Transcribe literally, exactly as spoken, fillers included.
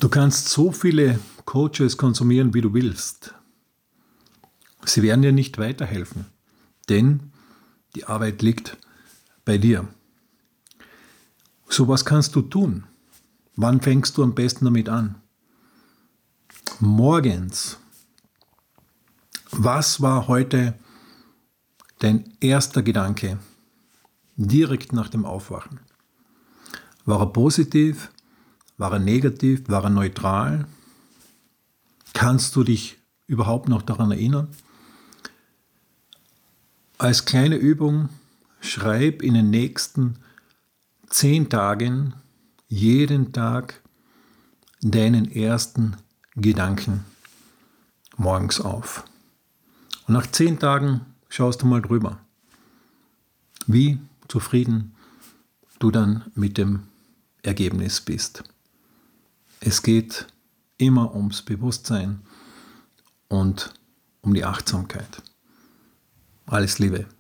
Du kannst so viele Coaches konsumieren, wie du willst. Sie werden dir nicht weiterhelfen, denn die Arbeit liegt bei dir. So, was kannst du tun? Wann fängst du am besten damit an? Morgens. Was war heute dein erster Gedanke direkt nach dem Aufwachen? War er positiv? War er negativ? War er neutral? Kannst du dich überhaupt noch daran erinnern? Als kleine Übung, schreib in den nächsten zehn Tagen jeden Tag deinen ersten Gedanken morgens auf. Und nach zehn Tagen schaust du mal drüber, wie zufrieden du dann mit dem Ergebnis bist. Es geht immer ums Bewusstsein und um die Achtsamkeit. Alles Liebe.